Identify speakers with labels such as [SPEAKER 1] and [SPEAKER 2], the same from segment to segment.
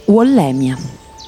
[SPEAKER 1] Wallemia.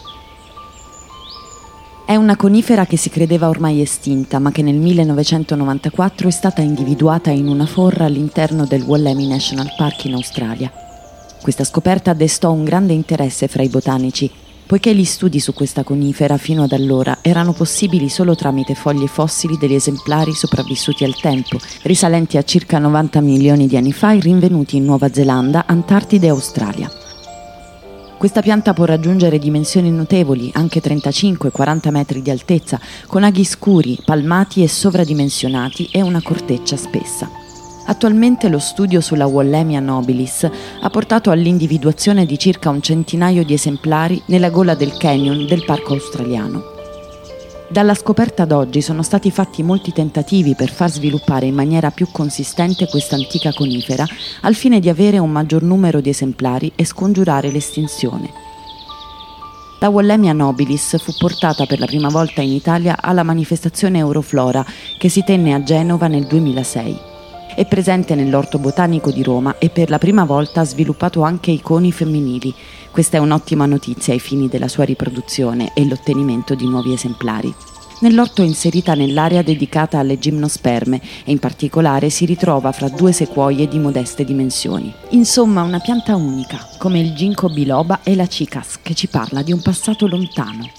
[SPEAKER 1] È una conifera che si credeva ormai estinta, ma che nel 1994 è stata individuata in una forra all'interno del Wollemi National Park in Australia. Questa scoperta destò un grande interesse fra i botanici, poiché gli studi su questa conifera fino ad allora erano possibili solo tramite foglie fossili degli esemplari sopravvissuti al tempo, risalenti a circa 90 milioni di anni fa e rinvenuti in Nuova Zelanda, Antartide e Australia. Questa pianta può raggiungere dimensioni notevoli, anche 35-40 metri di altezza, con aghi scuri, palmati e sovradimensionati e una corteccia spessa. Attualmente lo studio sulla Wallemia nobilis ha portato all'individuazione di circa un centinaio di esemplari nella gola del canyon del parco australiano. Dalla scoperta ad oggi sono stati fatti molti tentativi per far sviluppare in maniera più consistente questa antica conifera al fine di avere un maggior numero di esemplari e scongiurare l'estinzione. La Wallemia nobilis fu portata per la prima volta in Italia alla manifestazione Euroflora che si tenne a Genova nel 2006. È presente nell'Orto Botanico di Roma e per la prima volta ha sviluppato anche i coni femminili. Questa è un'ottima notizia ai fini della sua riproduzione e l'ottenimento di nuovi esemplari. Nell'orto è inserita nell'area dedicata alle gimnosperme e in particolare si ritrova fra due sequoie di modeste dimensioni. Insomma, una pianta unica, come il ginkgo biloba e la cicas, che ci parla di un passato lontano.